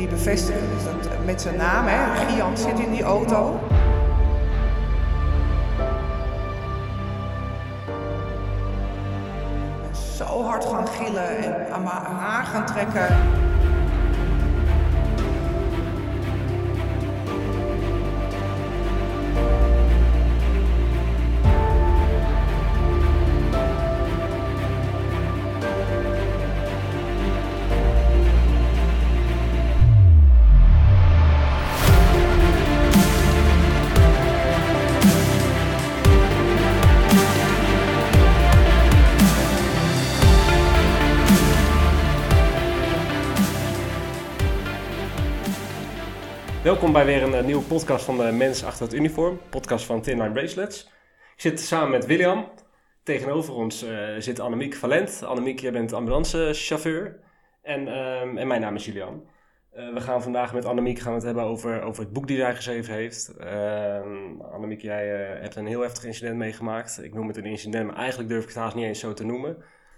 die bevestigen dus dat met zijn naam, Gian zit in die auto. En zo hard gaan gillen en aan mijn haar gaan trekken. Welkom bij weer een nieuwe podcast van de Mens Achter het Uniform. Podcast van Thin Line Bracelets. Ik zit samen met William. Tegenover ons zit Annemiek Valent. Annemiek, jij bent ambulancechauffeur. En mijn naam is Julian. We gaan vandaag met Annemiek het hebben over het boek die zij geschreven heeft. Annemiek, jij hebt een heel heftig incident meegemaakt. Ik noem het een incident, maar eigenlijk durf ik het haast niet eens zo te noemen.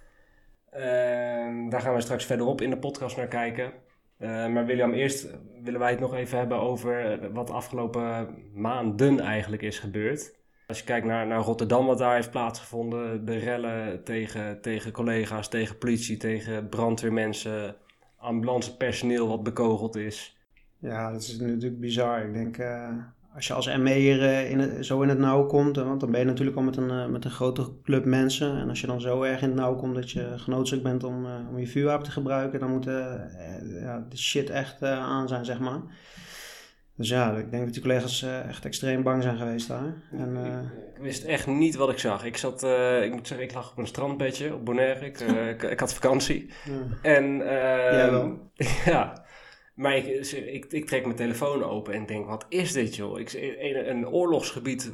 Daar gaan we straks verderop in de podcast naar kijken. Maar William, eerst willen wij het nog even hebben over wat de afgelopen maanden eigenlijk is gebeurd. Als je kijkt naar Rotterdam, wat daar heeft plaatsgevonden, de rellen tegen collega's, tegen politie, tegen brandweermensen, ambulancepersoneel wat bekogeld is. Ja, dat is natuurlijk bizar. Ik denk, als je als ME'er zo in het nauw komt, want dan ben je natuurlijk al met een grote club mensen. En als je dan zo erg in het nauw komt dat je genoodzaakt bent om je vuurwapen te gebruiken, dan moet de shit echt aan zijn, zeg maar. Dus ja, ik denk dat die collega's echt extreem bang zijn geweest daar. Ik wist echt niet wat ik zag. Ik moet zeggen, ik lag op een strandbedje op Bonaire. Ik had vakantie. Ja. En Jij wel? Ja. Maar ik trek mijn telefoon open en denk, wat is dit joh? Een oorlogsgebied,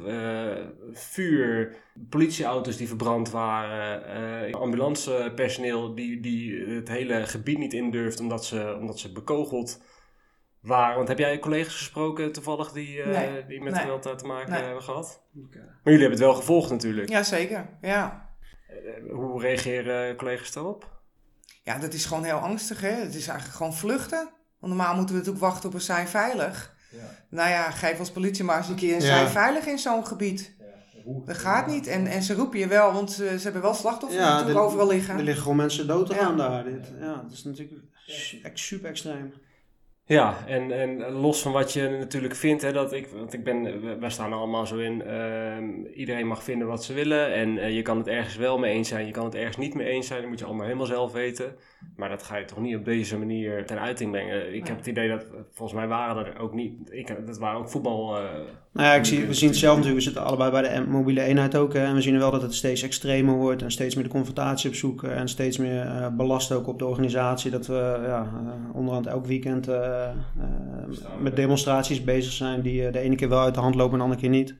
vuur, politieauto's die verbrand waren, ambulancepersoneel die het hele gebied niet indurft omdat ze bekogeld waren. Want heb jij collega's gesproken toevallig die met geweld te maken hebben gehad? Okay. Maar jullie hebben het wel gevolgd natuurlijk. Jazeker, ja. Hoe reageren collega's daarop? Ja, dat is gewoon heel angstig, hè. Het is eigenlijk gewoon vluchten. Want normaal moeten we natuurlijk wachten op een zijn veilig. Ja. Nou ja, geef als politie maar eens een keer een zijn veilig in zo'n gebied. Ja. Dat gaat niet. En ze roepen je wel, want ze hebben wel slachtoffers die natuurlijk overal liggen. Er liggen gewoon mensen dood te gaan daar. Dat is natuurlijk super extreem. Ja, en los van wat je natuurlijk vindt, hè, wij staan er allemaal zo in, iedereen mag vinden wat ze willen en je kan het ergens wel mee eens zijn, je kan het ergens niet mee eens zijn, dat moet je allemaal helemaal zelf weten. Maar dat ga je toch niet op deze manier ten uiting brengen. Ik heb het idee dat, volgens mij waren er ook niet, dat waren ook voetbal... we zien het zelf natuurlijk, we zitten allebei bij de mobiele eenheid ook, en we zien wel dat het steeds extremer wordt en steeds meer de confrontatie opzoeken en steeds meer belast ook op de organisatie, dat we onderhand elk weekend met demonstraties bezig zijn die de ene keer wel uit de hand lopen en de andere keer niet.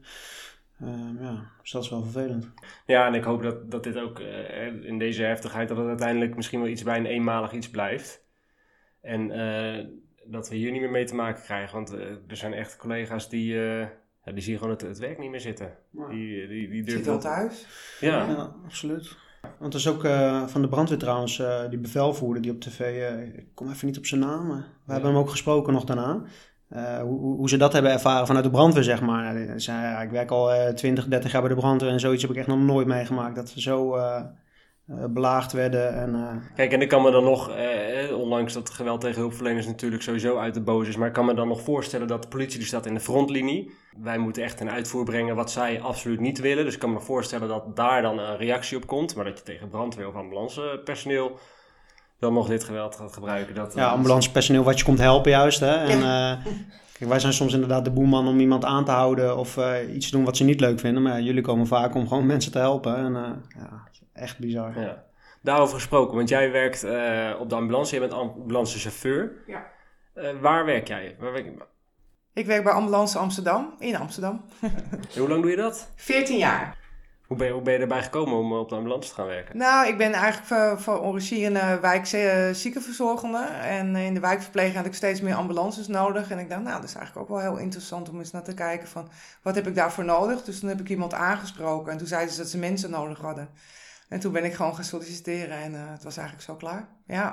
Dus dat is wel vervelend. Ja, en ik hoop dat dit ook in deze heftigheid, dat het uiteindelijk misschien wel iets bij een eenmalig iets blijft. En dat we hier niet meer mee te maken krijgen. Want er zijn echt collega's die zien gewoon het werk niet meer zitten. Die zit wel thuis? Ja, absoluut. Want er is ook van de brandweer trouwens, die bevelvoerder die op tv, ik kom even niet op zijn naam, maar we hebben hem ook gesproken nog daarna. Hoe ze dat hebben ervaren vanuit de brandweer, zeg maar. Hij zei, ik werk al 20, 30 jaar bij de brandweer en zoiets heb ik echt nog nooit meegemaakt. Dat we zo belaagd werden. Kijk, en ik kan me dan nog, ondanks dat geweld tegen hulpverleners natuurlijk sowieso uit de boos is, maar ik kan me dan nog voorstellen dat de politie die staat in de frontlinie. Wij moeten echt ten uitvoer brengen wat zij absoluut niet willen. Dus ik kan me nog voorstellen dat daar dan een reactie op komt, maar dat je tegen brandweer of ambulancepersoneel dan nog dit geweld gaat gebruiken. Ambulancepersoneel wat je komt helpen juist. Hè? En kijk, wij zijn soms inderdaad de boeman om iemand aan te houden of iets te doen wat ze niet leuk vinden. Maar jullie komen vaak om gewoon mensen te helpen. En echt bizar. Ja. Daarover gesproken, want jij werkt op de ambulance. Je bent ambulancechauffeur. Ja. Waar werk jij? Ik werk bij Ambulance Amsterdam, in Amsterdam. Hoe lang doe je dat? 14 jaar. Hoe ben je erbij gekomen om op de ambulance te gaan werken? Nou, ik ben eigenlijk van origine een wijkziekenverzorgende. En in de wijkverpleging had ik steeds meer ambulances nodig. En ik dacht, dat is eigenlijk ook wel heel interessant om eens naar te kijken van, wat heb ik daarvoor nodig? Dus toen heb ik iemand aangesproken en toen zeiden ze dat ze mensen nodig hadden. En toen ben ik gewoon gaan solliciteren en het was eigenlijk zo klaar. Ja.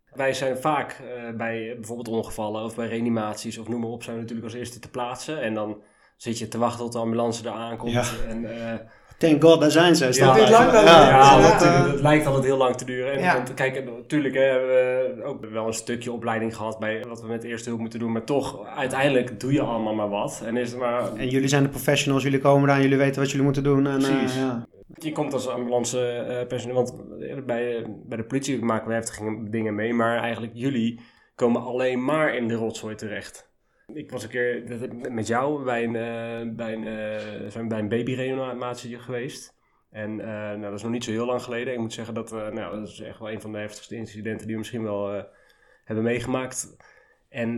Wij zijn vaak bij bijvoorbeeld ongevallen of bij reanimaties of noem maar op, zijn we natuurlijk als eerste te plaatsen. En dan zit je te wachten tot de ambulance er aankomt. Ja. En, Thank God, daar zijn ze. Het lijkt altijd heel lang te duren. En kijk, natuurlijk hebben we ook wel een stukje opleiding gehad bij wat we met eerste hulp moeten doen. Maar toch, uiteindelijk doe je allemaal maar wat. En jullie zijn de professionals, jullie komen daar en jullie weten wat jullie moeten doen. En, precies. Je komt als ambulance personeel, want bij de politie maken we heftige dingen mee. Maar eigenlijk jullie komen alleen maar in de rotzooi terecht. Ik was een keer met jou bij een babyreanimatie geweest. En dat is nog niet zo heel lang geleden. Ik moet zeggen dat is echt wel een van de heftigste incidenten die we misschien wel hebben meegemaakt. En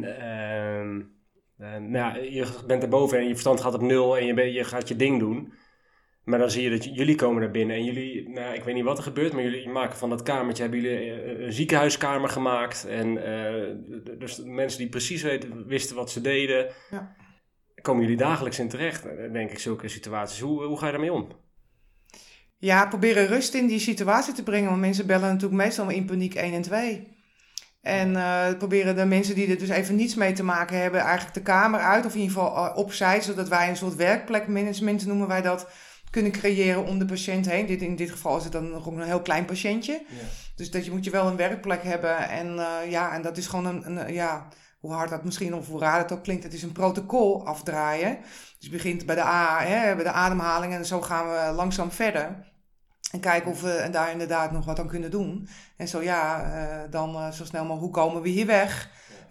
je bent erboven en je verstand gaat op 0 en je gaat je ding doen. Maar dan zie je dat jullie komen naar binnen en jullie, ik weet niet wat er gebeurt, maar jullie maken van dat kamertje, hebben jullie een ziekenhuiskamer gemaakt. En dus mensen die precies wisten wat ze deden, komen jullie dagelijks in terecht, denk ik, zulke situaties. Hoe ga je daarmee om? Ja, proberen rust in die situatie te brengen, want mensen bellen natuurlijk meestal in paniek 1 en 2. En proberen de mensen die er dus even niets mee te maken hebben, eigenlijk de kamer uit, of in ieder geval opzij, zodat wij een soort werkplekmanagement, noemen wij dat, kunnen creëren om de patiënt heen. In dit geval is het dan nog een heel klein patiëntje. Ja. Dus dat moet je wel een werkplek hebben. En en dat is gewoon hoe hard dat misschien of hoe raar het ook klinkt, het is een protocol afdraaien. Dus je begint bij de ademhaling en zo gaan we langzaam verder. En kijken of we daar inderdaad nog wat aan kunnen doen. En zo dan zo snel mogelijk, hoe komen we hier weg?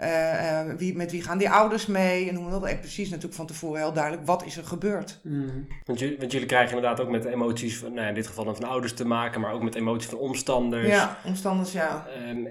Met wie gaan die ouders mee? En noemen we dat. En precies natuurlijk van tevoren heel duidelijk, wat is er gebeurd? Mm. Want jullie krijgen inderdaad ook met emoties van, in dit geval dan van ouders te maken, maar ook met emoties van omstanders. Ja, omstanders, ja.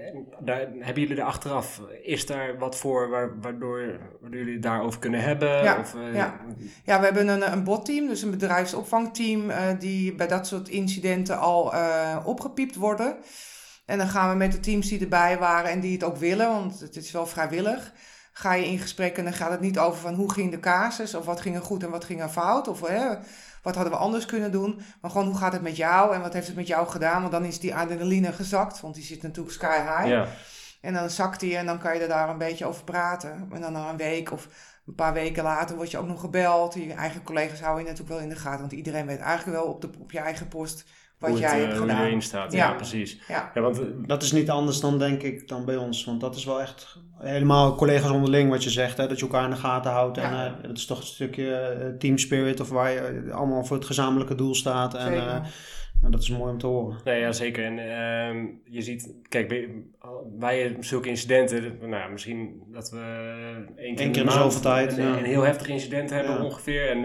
Hebben jullie er achteraf, is daar wat voor waardoor jullie het daarover kunnen hebben? Ja, ja, we hebben een botteam, dus een bedrijfsopvangteam, die bij dat soort incidenten al opgepiept worden. En dan gaan we met de teams die erbij waren en die het ook willen, want het is wel vrijwillig, ga je in gesprek en dan gaat het niet over van hoe ging de casus, of wat ging er goed en wat ging er fout, of wat hadden we anders kunnen doen, maar gewoon hoe gaat het met jou en wat heeft het met jou gedaan, want dan is die adrenaline gezakt, want die zit natuurlijk sky high. Ja. En dan zakt die en dan kan je er daar een beetje over praten. En dan na een week of een paar weken later word je ook nog gebeld. Je eigen collega's houden je natuurlijk wel in de gaten, want iedereen weet eigenlijk wel op je eigen post wat jij hebt gedaan. Hoe je erin staat, ja precies. Ja. Ja, want dat is niet anders dan, denk ik, dan bij ons. Want dat is wel echt helemaal collega's onderling wat je zegt. Hè, dat je elkaar in de gaten houdt. Ja. En dat is toch een stukje team spirit. Of waar je allemaal voor het gezamenlijke doel staat. En dat is mooi om te horen. Nee, ja, zeker. En je ziet, kijk, bij zulke incidenten, misschien dat we één keer in de zoveel tijd een heel heftig incident hebben ongeveer. En,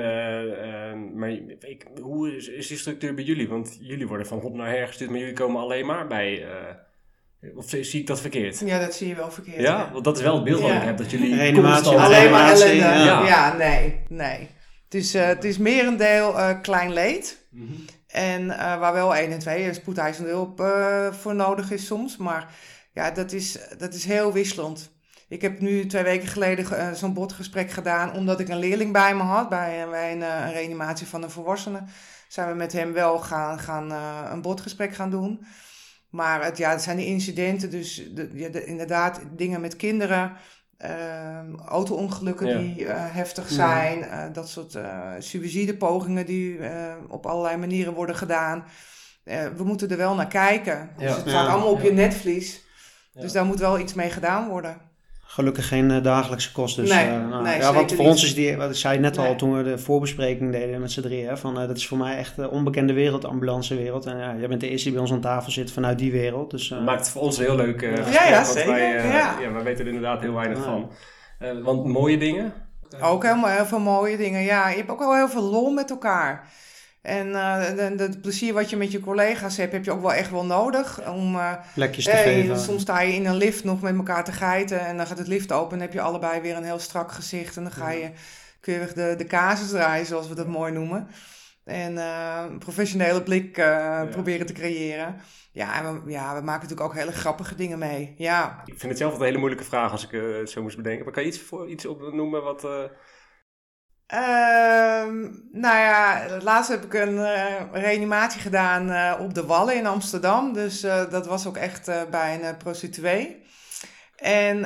maar hoe is die structuur bij jullie? Want jullie worden van hop naar her gestuurd, maar jullie komen alleen maar bij... Of zie ik dat verkeerd? Ja, dat zie je wel verkeerd. Ja, want dat is wel het beeld wat ik heb, dat jullie... Reanimatie, alleen maar ellende. Nee. Het is merendeel klein leed. Mm-hmm. En waar wel 1 en 2 spoedeisende hulp voor nodig is soms. Maar ja, dat is heel wisselend. Ik heb nu 2 weken geleden zo'n botgesprek gedaan, omdat ik een leerling bij me had. Bij een reanimatie van een volwassene. Zijn we met hem wel gaan een botgesprek gaan doen. Maar het zijn de incidenten, dus inderdaad dingen met kinderen, auto-ongelukken die heftig zijn, dat soort suïcidepogingen die op allerlei manieren worden gedaan. We moeten er wel naar kijken. Dus het staat allemaal op je netvlies. Dus daar moet wel iets mee gedaan worden. Gelukkig geen dagelijkse kosten. Dus, want voor ons is wat ik zei net al toen we de voorbespreking deden met z'n drieën, dat is voor mij echt de onbekende wereld, de ambulancewereld. En jij bent de eerste die bij ons aan tafel zit vanuit die wereld. Dus, dat maakt het voor ons een heel leuk gesprek. Wij weten er inderdaad heel weinig van. Want mooie dingen? Ook heel veel mooie dingen, ja. Je hebt ook wel heel veel lol met elkaar. En het plezier wat je met je collega's hebt, heb je ook wel echt wel nodig. Om plekjes te geven. Soms sta je in een lift nog met elkaar te geiten en dan gaat het lift open en heb je allebei weer een heel strak gezicht. En dan ga je keurig de casus draaien, zoals we dat mooi noemen. En een professionele blik proberen te creëren. Ja, en we maken natuurlijk ook hele grappige dingen mee. Ja. Ik vind het zelf altijd een hele moeilijke vraag als ik het zo moest bedenken. Maar kan je iets opnoemen wat... Laatst heb ik een reanimatie gedaan op de Wallen in Amsterdam. Dus dat was ook echt bij een prostituee. En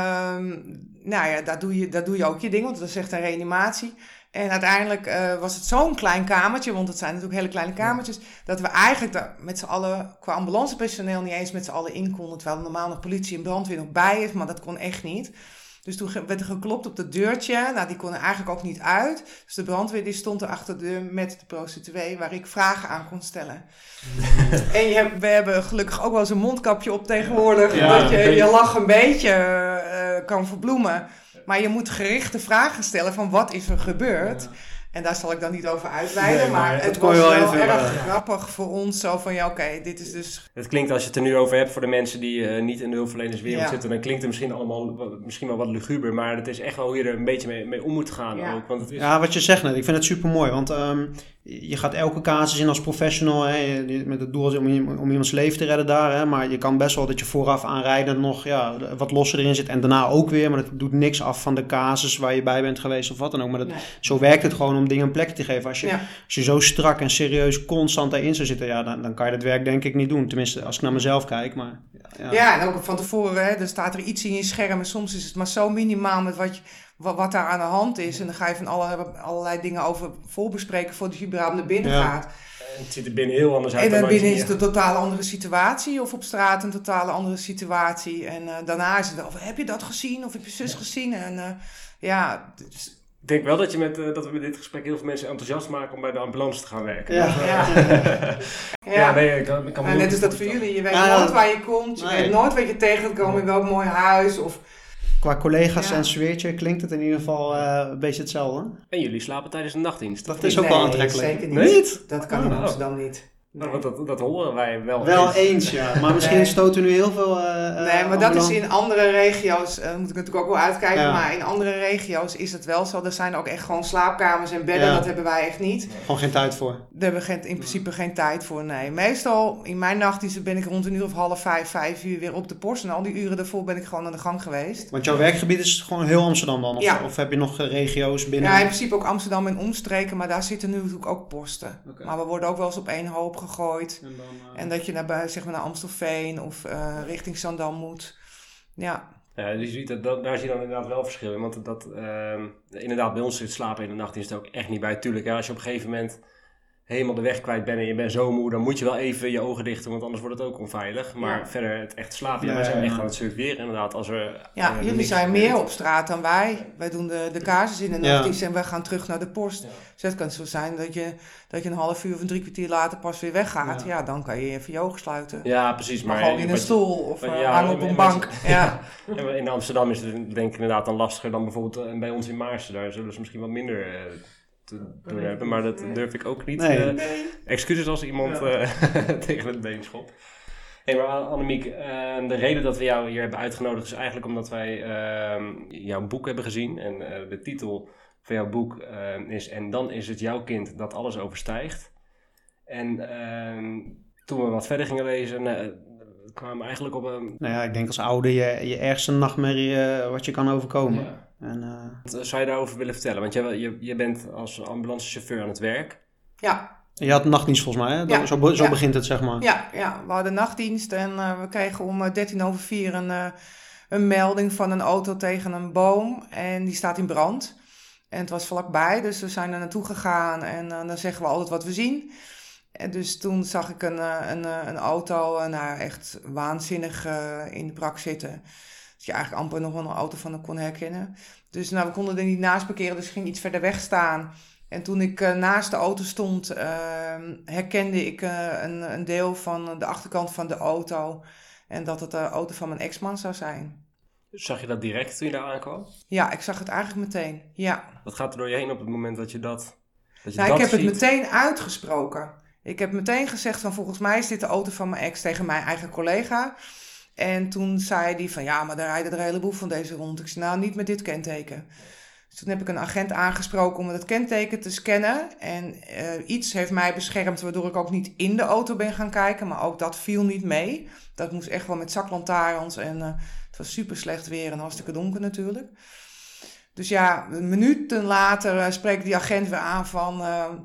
daar doe je ook je ding, want dat is echt een reanimatie. En uiteindelijk was het zo'n klein kamertje, want het zijn natuurlijk hele kleine kamertjes, dat we eigenlijk daar met z'n allen, qua ambulancepersoneel, niet eens met z'n allen in konden. Terwijl er normaal nog politie en brandweer nog bij is, maar dat kon echt niet. Dus toen werd er geklopt op dat deurtje. Nou, die kon er eigenlijk ook niet uit. Dus de brandweer die stond er achter de deur met de prostituee, waar ik vragen aan kon stellen. En we hebben gelukkig ook wel eens een mondkapje op tegenwoordig. Ja, dat je lach een beetje kan verbloemen. Maar je moet gerichte vragen stellen van wat is er gebeurd. Ja. En daar zal ik dan niet over uitweiden. Nee, maar het was wel erg grappig voor ons. Zo van, dit is dus... Het klinkt, als je het er nu over hebt voor de mensen die niet in de hulpverlenerswereld zitten, dan klinkt het misschien wel wat luguber. Maar het is echt wel hoe je er een beetje mee om moet gaan. Ja. Ook, want het is... Ja, wat je zegt net. Ik vind het super mooi. Want je gaat elke casus in als professional. Met het doel om iemands leven te redden daar. Hè, maar je kan best wel dat je vooraf aanrijdend nog wat losser erin zit. En daarna ook weer. Maar dat doet niks af van de casus waar je bij bent geweest of wat dan ook. Maar zo werkt het gewoon om dingen een plek te geven. Als je zo strak en serieus constant daarin zou zitten, dan kan je dat werk denk ik niet doen. Tenminste, als ik naar mezelf kijk. Maar, en ook van tevoren, er staat er iets in je scherm en soms is het maar zo minimaal met wat daar aan de hand is. En dan ga je van allerlei dingen over voorbespreken voordat je überhaupt naar binnen gaat. En het ziet er binnen heel anders uit. En dan binnen is het een totale andere situatie. Of op straat een totale andere situatie. En daarna is het heb je dat gezien? Of heb je zus gezien? En dus... Ik denk wel dat we met dit gesprek heel veel mensen enthousiast maken om bij de ambulance te gaan werken. Ik kan net als dat voor jullie. Je weet nooit waar je komt. Je weet nooit wat je tegen gaat komen in welk mooi huis. Of... Qua collega's en sfeertje klinkt het in ieder geval een beetje hetzelfde. En jullie slapen tijdens de nachtdienst? Dat is ook wel aantrekkelijk. Zeker niet. Nee? Dat kan in Amsterdam niet. Want dat horen wij wel. Wel eens, ja. Maar misschien stoten nu heel veel... maar dat is in andere regio's, moet ik natuurlijk ook wel uitkijken, maar in andere regio's is het wel zo. Er zijn ook echt gewoon slaapkamers en bedden, dat hebben wij echt niet. Gewoon geen tijd voor? Daar hebben we in principe geen tijd voor, nee. Meestal, in mijn nachtdienst ben ik rond 4:30, 5:00 weer op de post. En al die uren daarvoor ben ik gewoon aan de gang geweest. Want jouw werkgebied is gewoon heel Amsterdam dan? Of heb je nog regio's binnen? Ja, in principe ook Amsterdam en omstreken, maar daar zitten nu natuurlijk ook posten. Okay. Maar we worden ook wel eens op één hoop gegooid. En dat je naar Amstelveen of richting Zandam moet. Ja. Ja, dus je ziet daar zie je dan inderdaad wel verschil in. Want inderdaad, bij ons zit slapen in de nachtdienst ook echt niet bij. Tuurlijk, als je op een gegeven moment helemaal de weg kwijt bent en je bent zo moe, dan moet je wel even je ogen dichten, want anders wordt het ook onveilig. Maar verder het echt slapen, wij zijn echt aan het surveren inderdaad. Als jullie zijn meer op straat dan wij. Wij doen de casus in de nachtdienst en wij gaan terug naar de post. Ja. Dus het kan zo zijn dat je een half uur of 3 kwartier later pas weer weggaat. Ja, dan kan je even je ogen sluiten. Ja, precies. Maar gewoon in een stoel of hangen op een bank. In Amsterdam is het denk ik inderdaad dan lastiger dan bijvoorbeeld bij ons in Maarsen. Daar zullen ze misschien wat minder... te doen hebben, maar dat durf ik ook niet. Nee. Excuses als iemand tegen het been schopt. Hey, maar Annemiek, de reden dat we jou hier hebben uitgenodigd is eigenlijk omdat wij jouw boek hebben gezien en de titel van jouw boek is En dan is het jouw kind dat alles overstijgt. En toen we wat verder gingen lezen, kwamen we eigenlijk op een... Nou ja, ik denk als ouder je ergste nachtmerrie wat je kan overkomen. Ja. En, zou je daarover willen vertellen? Want je bent als ambulancechauffeur aan het werk. Ja. Je had nachtdienst volgens mij, hè? Ja. Zo begint het, zeg maar. Ja, we hadden nachtdienst en we kregen om 4:13 een melding van een auto tegen een boom. En die staat in brand. En het was vlakbij, dus we zijn er naartoe gegaan en dan zeggen we altijd wat we zien. En dus toen zag ik een auto echt waanzinnig in de brak zitten. Dat je eigenlijk amper nog wel een auto van hem kon herkennen. Dus we konden er niet naast parkeren, dus ik ging iets verder weg staan. En toen ik naast de auto stond, herkende ik een deel van de achterkant van de auto. En dat het de auto van mijn ex-man zou zijn. Zag je dat direct toen je daar aankwam? Ja, ik zag het eigenlijk meteen, ja. Wat gaat er door je heen op het moment dat je dat ik heb het meteen uitgesproken. Ik heb meteen gezegd van volgens mij is dit de auto van mijn ex tegen mijn eigen collega. En toen zei hij van ja, maar daar rijden er een heleboel van deze rond. Ik zei nou niet met dit kenteken. Dus toen heb ik een agent aangesproken om het kenteken te scannen. En iets heeft mij beschermd waardoor ik ook niet in de auto ben gaan kijken. Maar ook dat viel niet mee. Dat moest echt wel met zaklantaarns en het was super slecht weer en hartstikke donker natuurlijk. Dus ja, minuten later spreekt die agent weer aan van...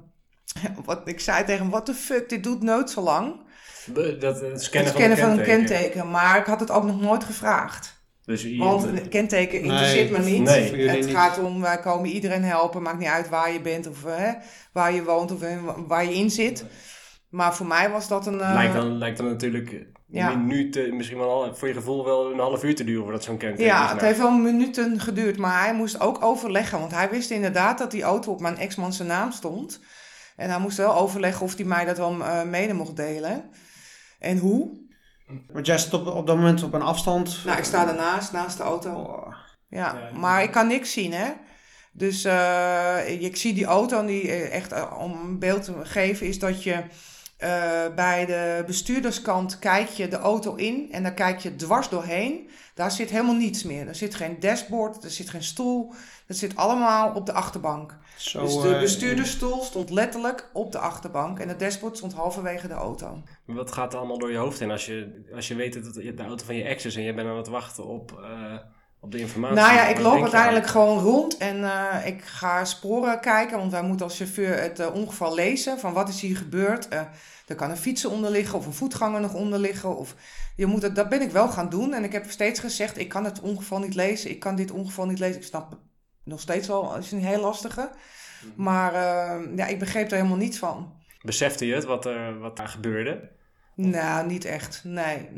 ik zei tegen hem, what the fuck, dit doet nooit zo lang. Het scannen van een kenteken. Maar ik had het ook nog nooit gevraagd. Dus want een kenteken interesseert me niet. Het gaat om, wij komen iedereen helpen. Maakt niet uit waar je bent of waar je woont of waar je in zit. Maar voor mij was dat een... Lijkt dan natuurlijk minuten, misschien wel voor je gevoel wel een half uur te duren voordat zo'n kenteken is. Ja, het heeft wel minuten geduurd. Maar hij moest ook overleggen. Want hij wist inderdaad dat die auto op mijn ex-man zijn naam stond. En hij moest wel overleggen of hij mij dat wel mede mocht delen. En hoe? Want jij zit op dat moment op een afstand. Nou, ik sta ernaast, naast de auto. Oh. Ja, maar ik kan niks zien, hè. Dus ik zie die auto en die echt, om een beeld te geven, is dat je bij de bestuurderskant kijk je de auto in en dan kijk je dwars doorheen. Daar zit helemaal niets meer. Er zit geen dashboard, er zit geen stoel. Dat zit allemaal op de achterbank. Zo, dus de bestuurdersstoel stond letterlijk op de achterbank en het dashboard stond halverwege de auto. Wat gaat er allemaal door je hoofd in als je weet dat het de auto van je ex is en je bent aan het wachten op de informatie? Nou ja, ik loop uiteindelijk gewoon rond en ik ga sporen kijken, want wij moeten als chauffeur het ongeval lezen van wat is hier gebeurd. Er kan een fietser onder liggen of een voetganger nog onder liggen. Of dat ben ik wel gaan doen en ik heb steeds gezegd, ik kan het ongeval niet lezen, ik kan dit ongeval niet lezen. Ik snap nog steeds wel, het is een heel lastige. Maar ik begreep er helemaal niets van. Besefte je het, wat daar gebeurde? Nou, niet echt. Nee.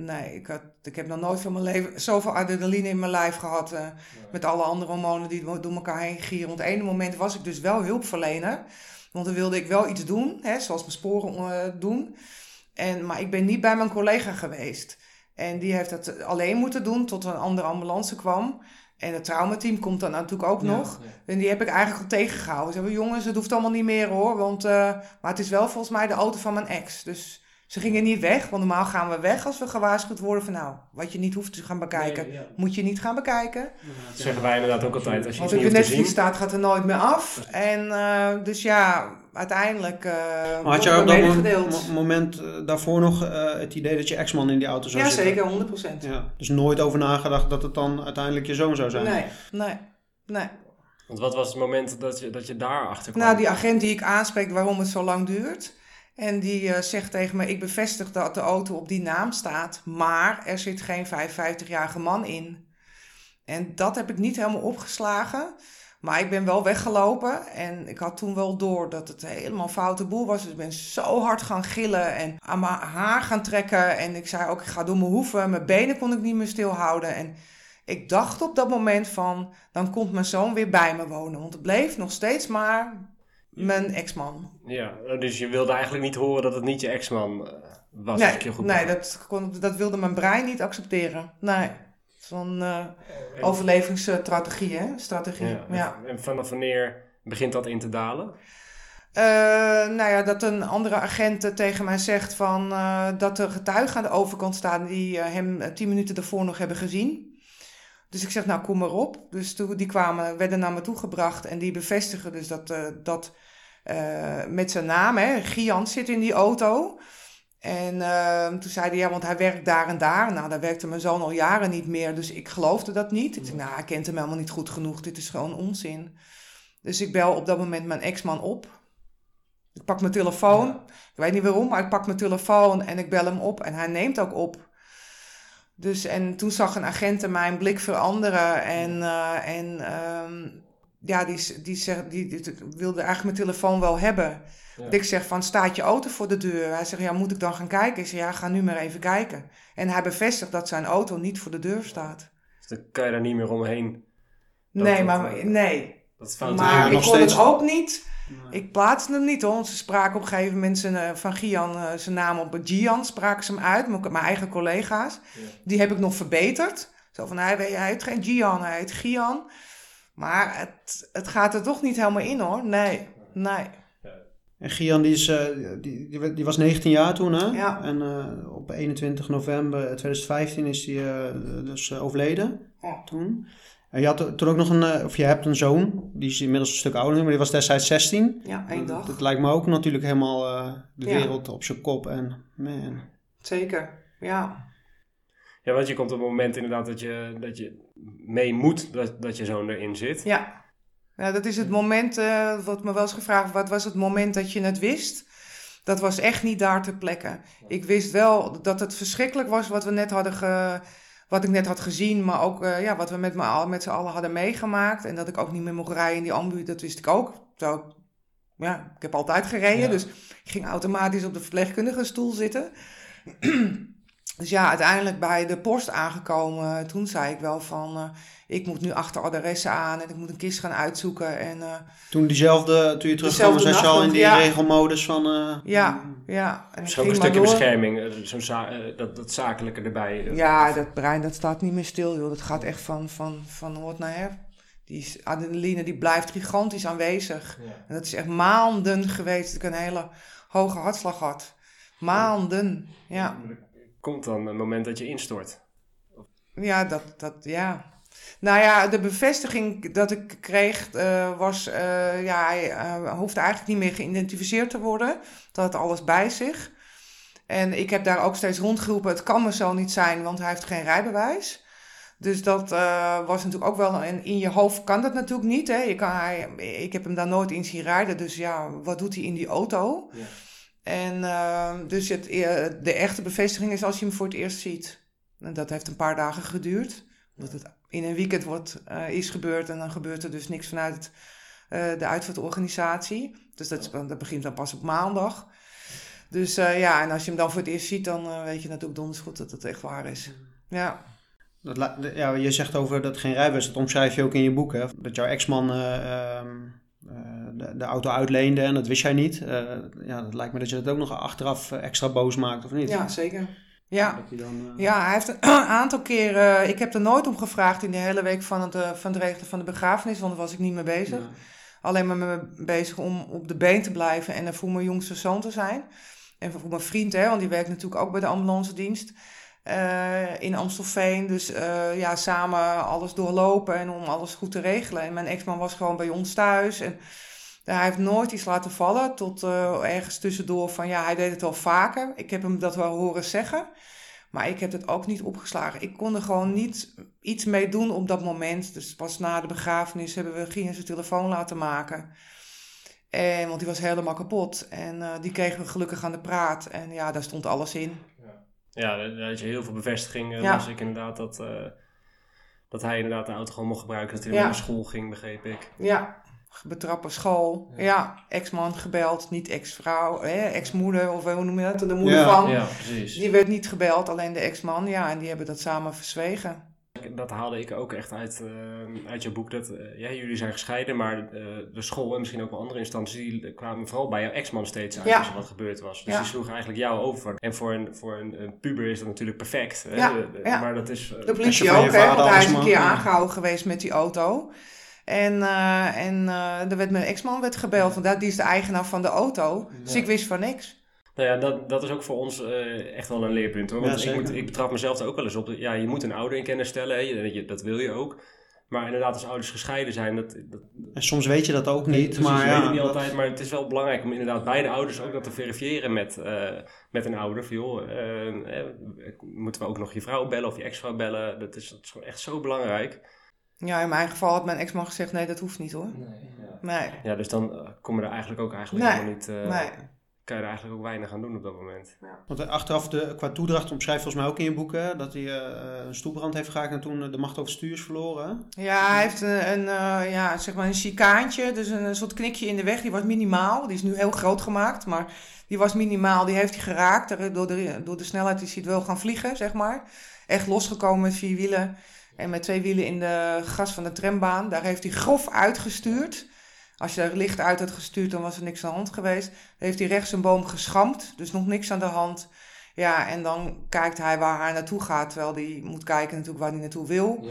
Ik heb nog nooit van mijn leven zoveel adrenaline in mijn lijf gehad. Met alle andere hormonen die door elkaar heen gieren. Want op het ene moment was ik dus wel hulpverlener. Want dan wilde ik wel iets doen, zoals mijn sporen doen. Maar ik ben niet bij mijn collega geweest. En die heeft het alleen moeten doen tot een andere ambulance kwam. En het traumateam komt dan natuurlijk ook nog. Ja. En die heb ik eigenlijk al tegengehouden. Ze hebben, jongens, het hoeft allemaal niet meer hoor. Maar het is wel volgens mij de auto van mijn ex. Dus ze gingen niet weg. Want normaal gaan we weg als we gewaarschuwd worden van wat je niet hoeft te gaan bekijken. Nee, moet je niet gaan bekijken. Ja, dat zeggen wij inderdaad ook altijd. Als je want op je netvlies staat, gaat er nooit meer af. En dus ja, uiteindelijk maar had je op dat moment daarvoor nog het idee dat je ex-man in die auto zou zitten? Ja, zeker, 100%. Ja, dus nooit over nagedacht dat het dan uiteindelijk je zoon zou zijn? Nee. Want wat was het moment dat je daarachter kwam? Nou, die agent die ik aanspreek waarom het zo lang duurt. En die zegt tegen me, ik bevestig dat de auto op die naam staat. Maar er zit geen 55-jarige man in. En dat heb ik niet helemaal opgeslagen. Maar ik ben wel weggelopen en ik had toen wel door dat het helemaal foute boel was. Dus ik ben zo hard gaan gillen en aan mijn haar gaan trekken. En ik zei ook, ik ga door mijn hoeven. Mijn benen kon ik niet meer stilhouden. En ik dacht op dat moment van, dan komt mijn zoon weer bij me wonen. Want het bleef nog steeds maar mijn ex-man. Ja, dus je wilde eigenlijk niet horen dat het niet je ex-man was? Nee, dat wilde mijn brein niet accepteren. Nee. Zo'n overlevingsstrategie, hè? Ja. En vanaf wanneer begint dat in te dalen? Dat een andere agent tegen mij zegt van dat er getuigen aan de overkant staan die hem 10 minuten daarvoor nog hebben gezien. Dus ik zeg, nou kom maar op. Dus die werden naar me toe gebracht en die bevestigen dus dat met zijn naam, hè, Gian zit in die auto. En toen zei hij, ja, want hij werkt daar en daar. Nou, daar werkte mijn zoon al jaren niet meer, dus ik geloofde dat niet. Ik zei, nou, hij kent hem helemaal niet goed genoeg. Dit is gewoon onzin. Dus ik bel op dat moment mijn ex-man op. Ik pak mijn telefoon. Ja. Ik weet niet waarom, maar ik pak mijn telefoon en ik bel hem op. En hij neemt ook op. Dus, en toen zag een agent mijn blik veranderen. Die wilde eigenlijk mijn telefoon wel hebben. Ja. Ik zeg van, staat je auto voor de deur? Hij zegt, ja, moet ik dan gaan kijken? Ik zeg, ja, ga nu maar even kijken. En hij bevestigt dat zijn auto niet voor de deur staat. Dus dan kan je daar niet meer omheen? Nee. Maar ik kon het ook niet. Nee. Ik plaatste hem niet hoor. Want ze spraken op een gegeven moment van Gian zijn naam op Gian. Spraken ze hem uit. Mijn eigen collega's. Ja. Die heb ik nog verbeterd. Zo van, hij heet geen Gian, hij heet Gian. Maar het gaat er toch niet helemaal in hoor. Nee. En Gian die was 19 jaar toen, hè? Ja. En op 21 november 2015 is hij dus overleden. Ja. Toen. En je had toen ook nog je hebt een zoon, die is inmiddels een stuk ouder, maar die was destijds 16. Ja, 1 dag. Dat lijkt me ook natuurlijk helemaal de wereld op zijn kop. En man. Zeker, ja. Ja, want je komt op het moment inderdaad dat je mee moet dat je zoon erin zit. Ja. Ja, dat is het moment, wat me wel eens gevraagd, wat was het moment dat je het wist? Dat was echt niet daar ter plekke. Ik wist wel dat het verschrikkelijk was wat we net wat ik net had gezien, maar ook wat we met z'n allen hadden meegemaakt. En dat ik ook niet meer mocht rijden in die ambu, dat wist ik ook. Ik heb altijd gereden, dus ik ging automatisch op de verpleegkundige stoel zitten. Dus ja, uiteindelijk bij de post aangekomen, toen zei ik wel van, ik moet nu achter adressen aan en ik moet een kist gaan uitzoeken. En, toen je terugkwam, zat je al in die regelmodus van... Ja. En is ook een stukje bescherming, dat zakelijke erbij. Ja, dat brein dat staat niet meer stil, joh. Dat gaat echt van hot naar her. Die adrenaline die blijft gigantisch aanwezig. Ja. En dat is echt maanden geweest dat ik een hele hoge hartslag had. Maanden, ja. Komt dan het moment dat je instort? Ja, ja. Nou ja, de bevestiging dat ik kreeg was... hij hoefde eigenlijk niet meer geïdentificeerd te worden. Dat had alles bij zich. En ik heb daar ook steeds rondgeroepen... het kan me zo niet zijn, want hij heeft geen rijbewijs. Dus dat was natuurlijk ook wel... En in je hoofd kan dat natuurlijk niet. Hè? Ik heb hem daar nooit in zien rijden. Dus ja, wat doet hij in die auto? Ja. En dus de echte bevestiging is als je hem voor het eerst ziet. En dat heeft een paar dagen geduurd. Omdat het in een weekend is gebeurd. En dan gebeurt er dus niks vanuit de uitvaartorganisatie. Dus dat begint dan pas op maandag. Dus en als je hem dan voor het eerst ziet... dan weet je natuurlijk donders goed dat het echt waar is. Ja. Je zegt over dat geen rijbewijs, dat omschrijf je ook in je boek, hè? Dat jouw ex-man de auto uitleende en dat wist jij niet. Dat lijkt me dat je dat ook nog achteraf extra boos maakt, of niet? Ja, zeker. Ja, hij heeft een aantal keren... ik heb er nooit om gevraagd in de hele week van het regelen van de begrafenis, want daar was ik niet mee bezig. Ja. Alleen maar mee bezig om op de been te blijven en er voor mijn jongste zoon te zijn. En voor mijn vriend, hè, want die werkt natuurlijk ook bij de ambulancedienst. In Amstelveen. Dus samen alles doorlopen en om alles goed te regelen. En mijn ex-man was gewoon bij ons thuis. En hij heeft nooit iets laten vallen. Tot ergens tussendoor van hij deed het wel vaker. Ik heb hem dat wel horen zeggen. Maar ik heb het ook niet opgeslagen. Ik kon er gewoon niet iets mee doen op dat moment. Dus pas na de begrafenis gingen zijn telefoon laten maken. Want die was helemaal kapot. En die kregen we gelukkig aan de praat. En daar stond alles in. Ja, daar had je heel veel bevestiging. Las ik inderdaad dat hij inderdaad de auto gewoon mocht gebruiken. Dat hij naar school ging, begreep ik. Ja, betrappen school. Ja, ex-man gebeld, niet ex-vrouw, ex-moeder of hoe noem je dat? De moeder van. Ja, precies. Die werd niet gebeld, alleen de ex-man. Ja, en die hebben dat samen verzwegen. Dat haalde ik ook echt uit je boek. Dat jullie zijn gescheiden, maar de school en misschien ook wel andere instanties... die kwamen vooral bij jouw ex-man steeds uit als er wat gebeurd was. Dus die sloegen eigenlijk jou over. En voor een puber is dat natuurlijk perfect. Maar dat is... de politie ook, want hij is een keer aangehouden geweest met die auto. En er werd mijn ex-man gebeld, want die is de eigenaar van de auto. Dus ik wist van niks. Nou ja, dat is ook voor ons echt wel een leerpunt, hoor. Want ik betrap mezelf er ook wel eens op. Ja, je moet een ouder in kennis stellen, hè. Dat wil je ook. Maar inderdaad, als ouders gescheiden zijn... En soms weet je dat ook niet. Precies, maar weet het niet altijd. Maar het is wel belangrijk om inderdaad beide ouders ook dat te verifiëren met een ouder. Van, moeten we ook nog je vrouw bellen of je ex-vrouw bellen? Dat is gewoon echt zo belangrijk. Ja, in mijn geval had mijn ex-man gezegd, nee, dat hoeft niet, hoor. Nee. Ja, dus dan kom je er eigenlijk helemaal niet... kan je er eigenlijk ook weinig aan doen op dat moment. Ja. Want achteraf, qua toedracht, omschrijft volgens mij ook in je boeken... dat hij een stoelbrand heeft geraakt en toen de macht over het stuur is verloren. Ja, hij heeft een chicaantje, dus een soort knikje in de weg. Die was minimaal. Die is nu heel groot gemaakt, maar die was minimaal. Die heeft hij geraakt. Door de snelheid is hij wel gaan vliegen, zeg maar. Echt losgekomen met 4 wielen en met 2 wielen in de gas van de trambaan. Daar heeft hij grof uitgestuurd. Als je er licht uit had gestuurd, dan was er niks aan de hand geweest. Dan heeft hij rechts een boom geschramd, dus nog niks aan de hand. Ja, en dan kijkt hij waar hij naartoe gaat, terwijl hij moet kijken natuurlijk waar hij naartoe wil.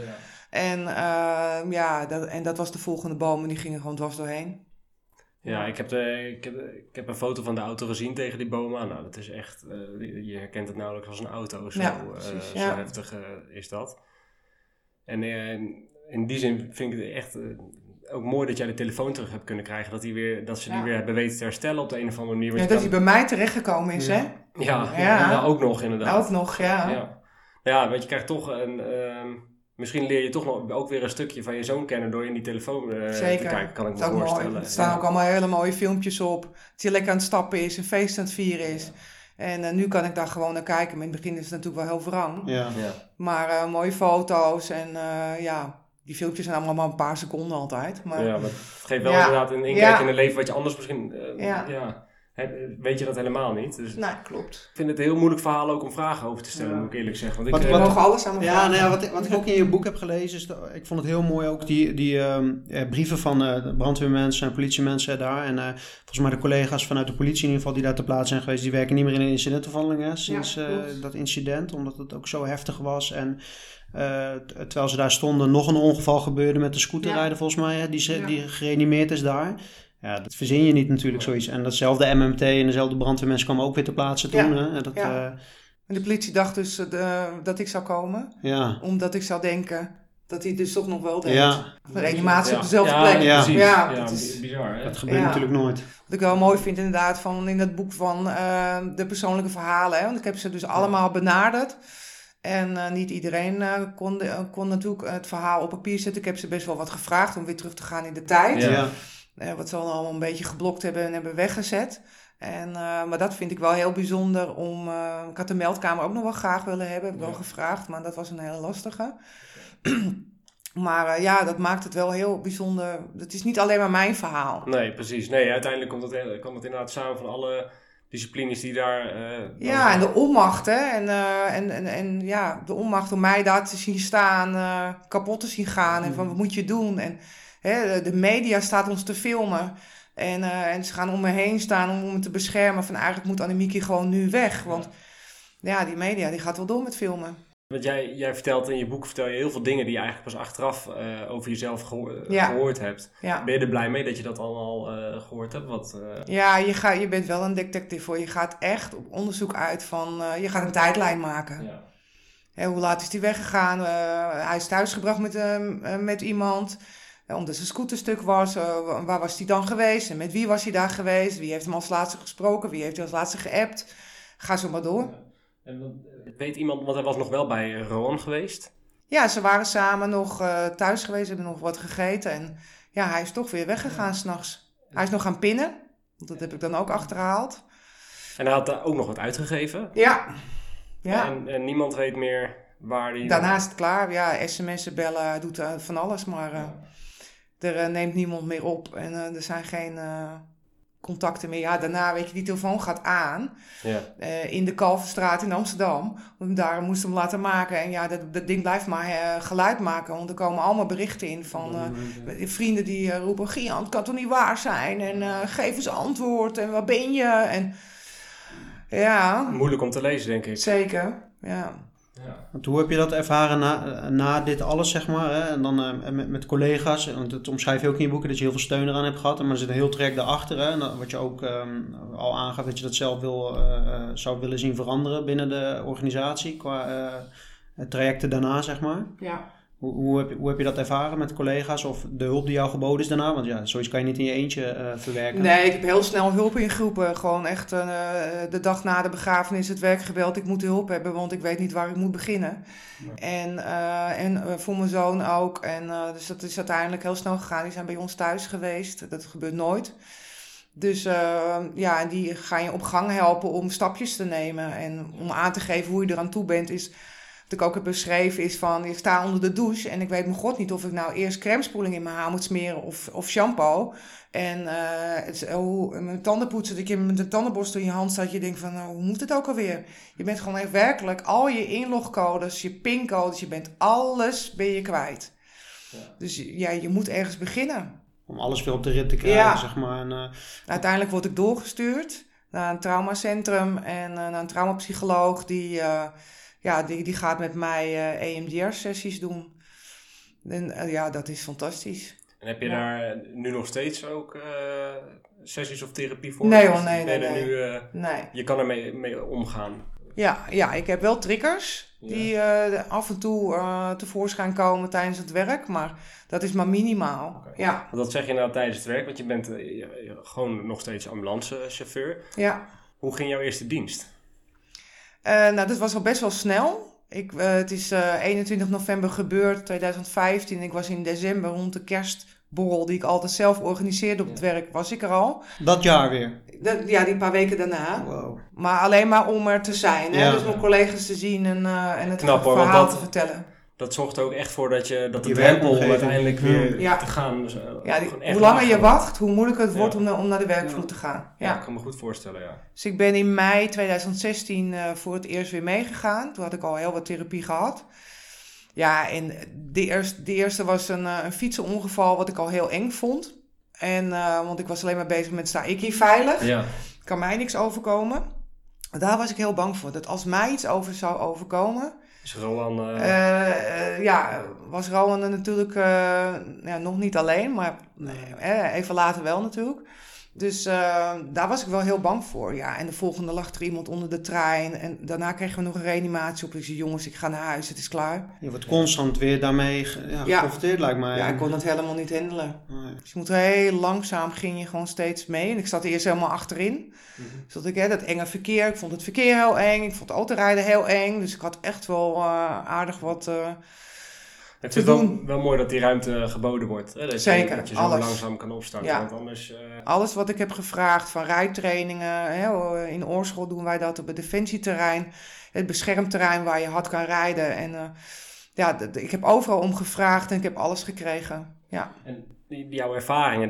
Ja. En dat was de volgende boom en die ging er gewoon dwars doorheen. Ja, ik heb een foto van de auto gezien tegen die boom aan. Nou, dat is echt, je herkent het nauwelijks als een auto. Zo heftig is dat. En in die zin vind ik het echt... ook mooi dat jij de telefoon terug hebt kunnen krijgen. Dat ze die weer hebben weten te herstellen op de een of andere manier. Ja, dat hij bij mij terechtgekomen is, hè? Ja. Nou, ook nog inderdaad. Ook nog, ja. Ja, want je krijgt toch Misschien leer je toch nog ook weer een stukje van je zoon kennen door in die telefoon te kijken, kan ik me voorstellen. Mooi. Er staan ook allemaal hele mooie filmpjes op. Dat hij lekker aan het stappen is, een feest aan het vieren is. Ja. En nu kan ik daar gewoon naar kijken. Maar in het begin is het natuurlijk wel heel wrang. Ja. Maar mooie foto's en die filmpjes zijn allemaal maar een paar seconden altijd. Maar het geeft wel inderdaad een inkijk in een leven wat je anders misschien... weet je dat helemaal niet. Dus nee, klopt. Ik vind het een heel moeilijk verhaal ook om vragen over te stellen, moet ik eerlijk zeggen. Want we mogen alles aan me vragen. Wat ik ook in je boek heb gelezen, is ik vond het heel mooi ook die brieven van de brandweermensen en politiemensen daar. En volgens mij de collega's vanuit de politie in ieder geval die daar ter plaatse zijn geweest, die werken niet meer in een incidentenbehandeling sinds dat incident, omdat het ook zo heftig was. En terwijl ze daar stonden, nog een ongeval gebeurde met de scooterrijder volgens mij, die gereanimeerd is daar. Ja, dat verzin je niet natuurlijk zoiets. En datzelfde MMT en dezelfde brandweermensen kwamen ook weer ter plaatse toen. En de politie dacht dus dat ik zou komen. Ja. Omdat ik zou denken dat hij dus toch nog wel deed. Ja. De reanimatie op dezelfde plek. Ja, precies. Ja, dat is bizar. Hè? Dat gebeurt natuurlijk nooit. Wat ik wel mooi vind inderdaad van in dat boek van de persoonlijke verhalen. Hè? Want ik heb ze dus allemaal benaderd. En niet iedereen kon natuurlijk het verhaal op papier zetten. Ik heb ze best wel wat gevraagd om weer terug te gaan in de tijd. Ja. Wat ze allemaal een beetje geblokt hebben en hebben weggezet. Maar dat vind ik wel heel bijzonder ik had de meldkamer ook nog wel graag willen hebben. Heb ik wel gevraagd, maar dat was een hele lastige. Maar dat maakt het wel heel bijzonder. Het is niet alleen maar mijn verhaal. Nee, precies. Nee, uiteindelijk komt het inderdaad samen van alle disciplines die daar... en de onmacht, hè. En de onmacht om mij daar te zien staan, kapot te zien gaan. En van, wat moet je doen? En de media staat ons te filmen. En ze gaan om me heen staan om me te beschermen. Van eigenlijk moet Annemieke gewoon nu weg. Want die media die gaat wel door met filmen. Want jij vertelt in je boek je heel veel dingen die je eigenlijk pas achteraf over jezelf gehoord hebt. Ja. Ben je er blij mee dat je dat allemaal gehoord hebt? Ja, je bent wel een detective hoor. Je gaat echt op onderzoek uit van... je gaat een tijdlijn maken. Ja. Hoe laat is hij weggegaan? Hij is thuisgebracht met iemand... omdat zijn scooterstuk was, waar was hij dan geweest? En met wie was hij daar geweest? Wie heeft hem als laatste gesproken? Wie heeft hij als laatste geappt? Ga zo maar door. Ja. En weet iemand, want hij was nog wel bij Rowan geweest? Ja, ze waren samen nog thuis geweest, hebben nog wat gegeten. En hij is toch weer weggegaan 's nachts. Hij is nog gaan pinnen, want dat heb ik dan ook achterhaald. En hij had daar ook nog wat uitgegeven? Ja. En niemand weet meer waar hij... Daarna is het klaar. Ja, sms'en, bellen, hij doet van alles, maar... Er neemt niemand meer op en er zijn geen contacten meer. Ja, daarna, weet je, die telefoon gaat aan in de Kalverstraat in Amsterdam. Daar moest hem laten maken. En dat ding blijft maar geluid maken. Want er komen allemaal berichten in van vrienden die roepen... Gian, het kan toch niet waar zijn? En geef eens antwoord. En waar ben je? En moeilijk om te lezen, denk ik. Zeker, ja. Want hoe heb je dat ervaren na dit alles, zeg maar? Hè? En dan met collega's, want het omschrijf je ook in je boeken dat je heel veel steun eraan hebt gehad. Maar er zit een heel traject daarachter. Hè? En wat je ook al aangaf, dat je dat zelf zou willen zien veranderen binnen de organisatie. Qua trajecten daarna, zeg maar. Ja. Hoe heb je dat ervaren met collega's of de hulp die jou geboden is daarna? Want zoiets kan je niet in je eentje verwerken. Nee, ik heb heel snel hulp ingeroepen. Gewoon echt de dag na de begrafenis het werk gebeld. Ik moet hulp hebben, want ik weet niet waar ik moet beginnen. Ja. En voor mijn zoon ook. Dus dat is uiteindelijk heel snel gegaan. Die zijn bij ons thuis geweest. Dat gebeurt nooit. Dus die ga je op gang helpen om stapjes te nemen. En om aan te geven hoe je eraan toe bent is... Wat ik ook heb beschreven is van, ik sta onder de douche en ik weet mijn god niet of ik nou eerst crèmespoeling in mijn haar moet smeren of shampoo. En mijn tanden poetsen, dat je met de tandenborstel in je hand staat, je denkt van, hoe moet het ook alweer? Je bent gewoon echt werkelijk al je inlogcodes, je pincodes, alles ben je kwijt. Ja. Dus je moet ergens beginnen. Om alles weer op de rit te krijgen, zeg maar. En, uiteindelijk word ik doorgestuurd naar een traumacentrum en naar een traumapsycholoog die gaat met mij EMDR-sessies doen. En dat is fantastisch. En heb je daar nu nog steeds ook sessies of therapie voor? Nee hoor, nee. Je kan ermee mee omgaan? Ja, ik heb wel triggers die af en toe tevoorschijn komen tijdens het werk. Maar dat is maar minimaal. Okay. Ja. Dat zeg je nou tijdens het werk, want je bent gewoon nog steeds ambulancechauffeur. Ja. Hoe ging jouw eerste dienst? Dat was al best wel snel. Het is 21 november gebeurd, 2015. Ik was in december rond de kerstborrel die ik altijd zelf organiseerde op het werk, was ik er al. Dat jaar weer? Die paar weken daarna. Wow. Maar alleen maar om er te zijn. Hè? Ja. Dus mijn collega's te zien en het Knap, hoor, verhaal want te vertellen. Dat zorgt er ook echt voor dat de Die drempel om werkomgeving. uiteindelijk weer Ja. te gaan. Dus, Hoe langer je wacht, hoe moeilijker het wordt om naar de werkvloer te gaan. Ja, ik kan me goed voorstellen, ja. Dus ik ben in mei 2016 voor het eerst weer meegegaan. Toen had ik al heel wat therapie gehad. Ja, en de eerste was een fietsenongeval wat ik al heel eng vond. Want ik was alleen maar bezig met, sta ik hier veilig? Ja. Kan mij niks overkomen? Daar was ik heel bang voor. Dat als mij iets zou overkomen... Is Rowan... was Rowan er natuurlijk nog niet alleen, maar even later wel natuurlijk. Dus daar was ik wel heel bang voor. Ja, en de volgende lag er iemand onder de trein. En daarna kregen we nog een reanimatie op. Ik zei, jongens, ik ga naar huis, het is klaar. Je wordt constant weer daarmee geconfronteerd, lijkt mij. Ja, ik kon het helemaal niet handelen. Nee. Dus je moet heel langzaam, ging je gewoon steeds mee. En ik zat eerst helemaal achterin. Dus dat enge verkeer, ik vond het verkeer heel eng. Ik vond autorijden heel eng. Dus ik had echt wel aardig wat... Het is wel mooi dat die ruimte geboden wordt. Hè? Zeker, dat je zo alles. langzaam kan opstarten. Ja. Want anders... Alles wat ik heb gevraagd van rijtrainingen. In Oorschot doen wij dat op het defensieterrein. Het beschermterrein waar je hard kan rijden. En ik heb overal om gevraagd en ik heb alles gekregen. Ja. En jouw ervaringen,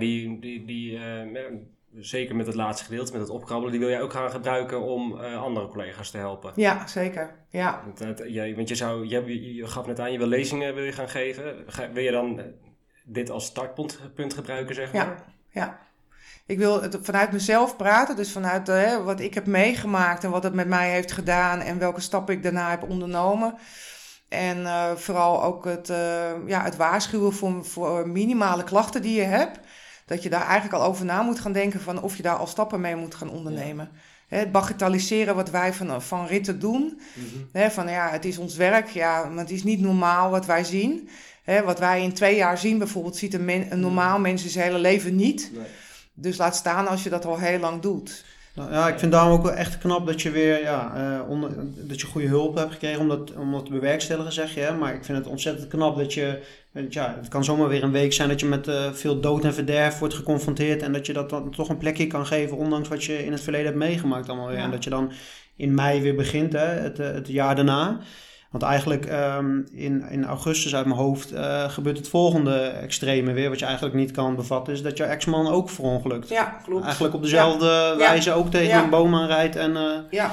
zeker met het laatste gedeelte, met het opkrabbelen, die wil jij ook gaan gebruiken om andere collega's te helpen. Ja, zeker. Ja. Want je gaf net aan, je wil lezingen gaan geven. Wil je dan dit als startpunt gebruiken, zeg maar? Ja. Ik wil het vanuit mezelf praten, dus vanuit wat ik heb meegemaakt en wat het met mij heeft gedaan en welke stappen ik daarna heb ondernomen. En vooral ook het waarschuwen voor minimale klachten die je hebt. Dat je daar eigenlijk al over na moet gaan denken van of je daar al stappen mee moet gaan ondernemen. Ja. Het bagatelliseren wat wij van ritten doen. Het is ons werk, maar het is niet normaal wat wij zien. Wat wij in 2 jaar zien bijvoorbeeld, ziet een normaal mens zijn hele leven niet. Nee. Dus laat staan als je dat al heel lang doet. Nou, ja, ik vind daarom ook wel echt knap dat je weer dat je goede hulp hebt gekregen om dat te bewerkstelligen, zeg je. Hè? Maar ik vind het ontzettend knap dat je... het kan zomaar weer een week zijn dat je met veel dood en verderf wordt geconfronteerd en dat je dat dan toch een plekje kan geven, ondanks wat je in het verleden hebt meegemaakt allemaal weer. Ja. En dat je dan in mei weer begint, het jaar daarna. Want eigenlijk in augustus uit mijn hoofd gebeurt het volgende extreme weer, wat je eigenlijk niet kan bevatten, is dat jouw ex-man ook verongelukt. Ja, klopt. Eigenlijk op dezelfde wijze ook tegen een boom aanrijdt. En ja,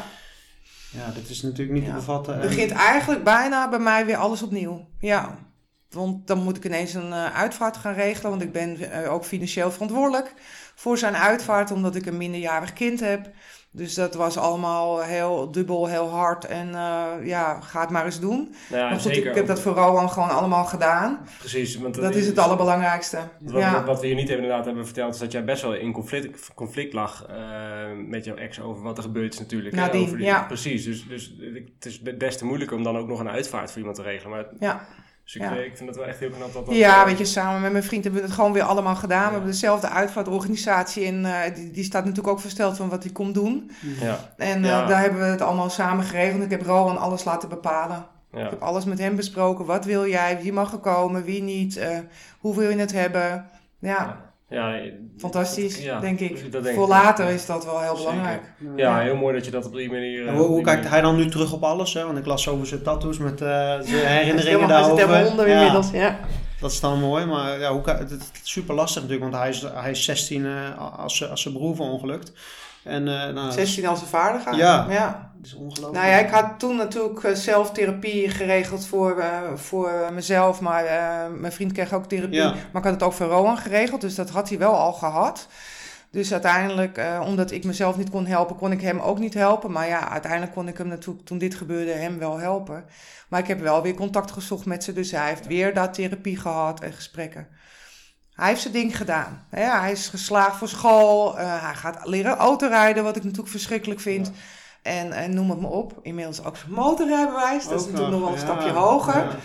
dat is natuurlijk niet te bevatten. Het begint eigenlijk bijna bij mij weer alles opnieuw. Ja, want dan moet ik ineens een uitvaart gaan regelen, want ik ben ook financieel verantwoordelijk voor zijn uitvaart, omdat ik een minderjarig kind heb. Dus dat was allemaal heel dubbel, heel hard en ga het maar eens doen. Ja, maar goed, zeker. Ik heb dat voor Rowan gewoon allemaal gedaan. Precies. Want dat is het allerbelangrijkste. Wat we hier niet inderdaad hebben verteld is dat jij best wel in conflict lag met jouw ex over wat er gebeurd is natuurlijk. Nadien, Precies. Dus het is best te moeilijk om dan ook nog een uitvaart voor iemand te regelen. Maar dus ik vind het wel echt heel knap dat... weet je, samen met mijn vriend hebben we het gewoon weer allemaal gedaan. We hebben dezelfde uitvaartorganisatie en die staat natuurlijk ook versteld van wat hij komt doen. Ja. En daar hebben we het allemaal samen geregeld. Ik heb Rowan alles laten bepalen. Ja. Ik heb alles met hem besproken. Wat wil jij? Wie mag er komen? Wie niet? Hoe wil je het hebben? Ja, fantastisch, denk ik. Voor later is dat wel heel belangrijk. Ja, heel mooi dat je dat op die manier... Hoe kijkt hij dan nu terug op alles? Hè? Want ik las over zijn tattoos met zijn herinneringen daarover. Hij zit inmiddels, Dat is dan mooi, maar het is super lastig natuurlijk, want hij is 16 als zijn broer verongelukt. En, 16 als een vader gaan. Ja. Dat is ongelooflijk. Nou ja, ik had toen natuurlijk zelf therapie geregeld voor mezelf, maar mijn vriend kreeg ook therapie. Ja. Maar ik had het ook voor Rowan geregeld, dus dat had hij wel al gehad. Dus uiteindelijk, omdat ik mezelf niet kon helpen, kon ik hem ook niet helpen. Maar ja, uiteindelijk kon ik hem natuurlijk, toen dit gebeurde, hem wel helpen. Maar ik heb wel weer contact gezocht met ze, dus hij heeft weer daar therapie gehad en gesprekken. Hij heeft zijn ding gedaan. Ja, hij is geslaagd voor school. Hij gaat leren autorijden, wat ik natuurlijk verschrikkelijk vind. Ja. En noem het maar op. Inmiddels ook zijn motorrijbewijs. Dat is natuurlijk nog wel een stapje hoger. Ja.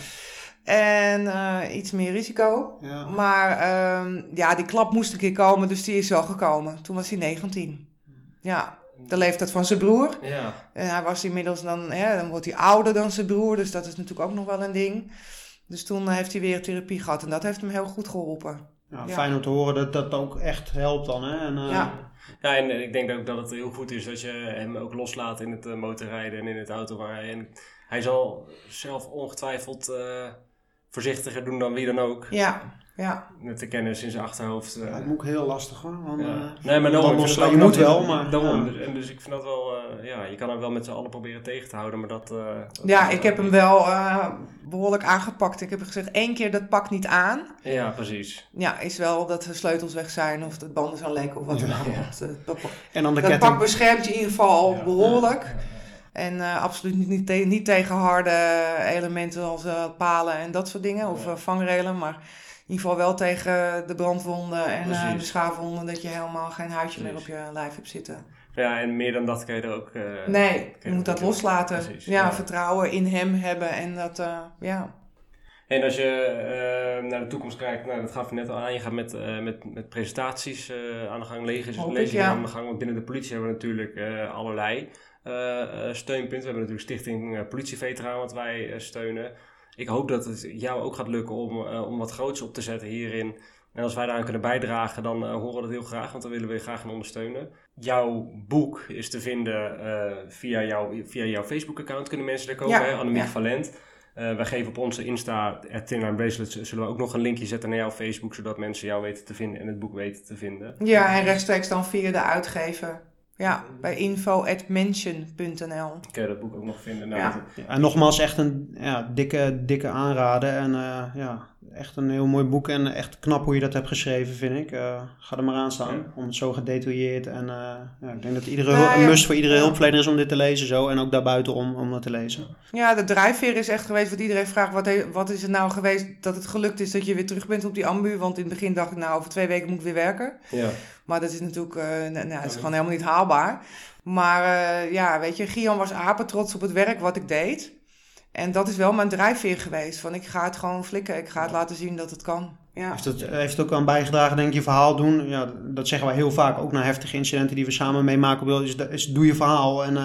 En iets meer risico. Ja. Maar die klap moest een keer komen, dus die is wel gekomen. Toen was hij 19. Ja. de leeftijd van zijn broer. Ja. En hij was inmiddels dan wordt hij ouder dan zijn broer. Dus dat is natuurlijk ook nog wel een ding. Dus toen heeft hij weer therapie gehad. En dat heeft hem heel goed geholpen. Ja, fijn om te horen dat ook echt helpt dan. Hè? En, Ja, en ik denk ook dat het heel goed is dat je hem ook loslaat in het motorrijden en in het autorijden. En hij zal zelf ongetwijfeld voorzichtiger doen dan wie dan ook. Ja. Met de kennis in zijn achterhoofd. Dat moet ook heel lastig hoor. Want, nee, maar daarom, je moet wel, maar... Daarom. Ja. Dus ik vind dat wel... je kan hem wel met z'n allen proberen tegen te houden, maar dat... ik heb hem wel behoorlijk aangepakt. Ik heb gezegd, 1 keer dat pak niet aan. Ja, precies. Ja, is wel dat de sleutels weg zijn of de banden zijn lekker of wat dan ook. En dan de dat ketting. pak beschermt je in ieder geval al behoorlijk. En absoluut niet tegen harde elementen als palen en dat soort dingen. Of vangrelen, maar in ieder geval wel tegen de brandwonden en de schaafwonden. Dat je helemaal geen huidje meer op je lijf hebt zitten. Ja, en meer dan dat kan je er ook... nee, je moet dat loslaten. Precies, vertrouwen in hem hebben en dat, En als je naar de toekomst kijkt, dat gaf je net al aan, je gaat met presentaties aan de gang, lezingen aan de gang. Want binnen de politie hebben we natuurlijk allerlei steunpunten. We hebben natuurlijk Stichting Politieveteraan wat wij steunen. Ik hoop dat het jou ook gaat lukken om wat groots op te zetten hierin. En als wij daaraan kunnen bijdragen, dan horen we dat heel graag, want dan willen we je graag gaan ondersteunen. Jouw boek is te vinden via jouw Facebook-account, kunnen mensen er komen, hè? Annemiek Valent. Wij geven op onze Insta, @TinLineBracelets, zullen we ook nog een linkje zetten naar jouw Facebook, zodat mensen jou weten te vinden en het boek weten te vinden. Ja, en rechtstreeks dan via de uitgever. Ja, bij info@mention.nl. Kun je dat boek ook nog vinden? En nogmaals, echt een dikke aanrader. En echt een heel mooi boek. En echt knap hoe je dat hebt geschreven, vind ik. Ga er maar aan staan. Ja. Om het zo gedetailleerd. En ik denk dat een must voor iedere hulpverlener is om dit te lezen. Zo. En ook daarbuiten om dat te lezen. Ja, de drijfveer is echt geweest wat iedereen vraagt. Wat is het nou geweest dat het gelukt is dat je weer terug bent op die ambu? Want in het begin dacht ik, over 2 weken moet ik weer werken. Ja. Maar dat is natuurlijk het is gewoon helemaal niet haalbaar. Maar weet je, Gian was apetrots op het werk wat ik deed. En dat is wel mijn drijfveer geweest. Van ik ga het gewoon flikken. Ik ga het laten zien dat het kan. Ja. Heeft het ook aan bijgedragen, denk je, verhaal doen? Ja, dat zeggen wij heel vaak. Ook na heftige incidenten die we samen meemaken. Doe je verhaal. En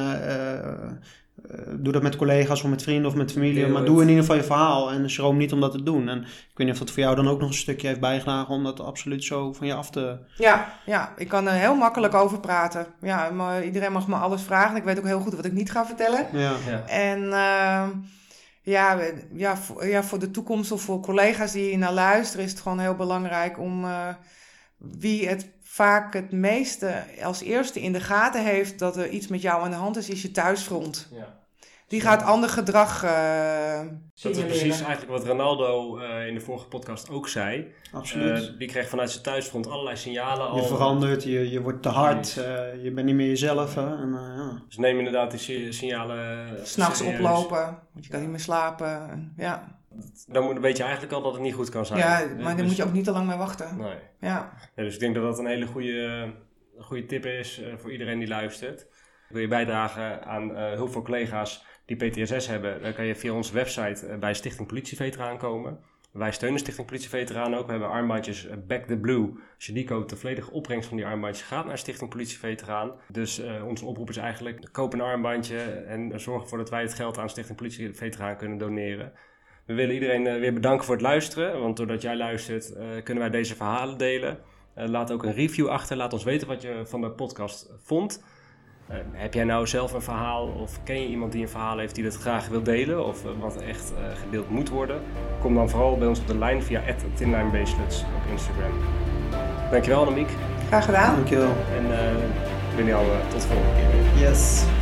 doe dat met collega's of met vrienden of met familie. Maar doe in ieder geval je verhaal. En schroom niet om dat te doen. En ik weet niet of dat voor jou dan ook nog een stukje heeft bijgedragen. Om dat absoluut zo van je af te... Ja, ik kan er heel makkelijk over praten. Ja, maar iedereen mag me alles vragen. Ik weet ook heel goed wat ik niet ga vertellen. Ja. En... voor de toekomst of voor collega's die hier naar luisteren is het gewoon heel belangrijk om wie het vaak het meeste als eerste in de gaten heeft dat er iets met jou aan de hand is je thuisfront. Ja. Die gaat ander gedrag dat is precies eigenlijk wat Ronaldo in de vorige podcast ook zei. Absoluut. Die kreeg vanuit zijn thuisfront allerlei signalen. Je verandert, je wordt te hard, je bent niet meer jezelf. Dus neem inderdaad die signalen 's nachts oplopen, want je kan niet meer slapen. Ja. Dan weet je eigenlijk al dat het niet goed kan zijn. Ja, maar daar moet je ook niet te lang mee wachten. Nee. Ja, dus ik denk dat dat een hele goede tip is voor iedereen die luistert. Wil je bijdragen aan hulp voor collega's die PTSS hebben, dan kan je via onze website bij Stichting Politieveteraan komen. Wij steunen Stichting Politieveteraan ook. We hebben armbandjes Back the Blue. Als je die koopt, de volledige opbrengst van die armbandjes gaat naar Stichting Politieveteraan. Dus onze oproep is eigenlijk, koop een armbandje en zorg ervoor dat wij het geld aan Stichting Politieveteraan kunnen doneren. We willen iedereen weer bedanken voor het luisteren, want doordat jij luistert kunnen wij deze verhalen delen. Laat ook een review achter, laat ons weten wat je van de podcast vond. Heb jij nou zelf een verhaal of ken je iemand die een verhaal heeft die dat graag wil delen of wat echt gedeeld moet worden? Kom dan vooral bij ons op de lijn via @TinLineBracelets op Instagram. Dankjewel Annemiek. Graag gedaan. Dankjewel. En William, tot de volgende keer. Yes.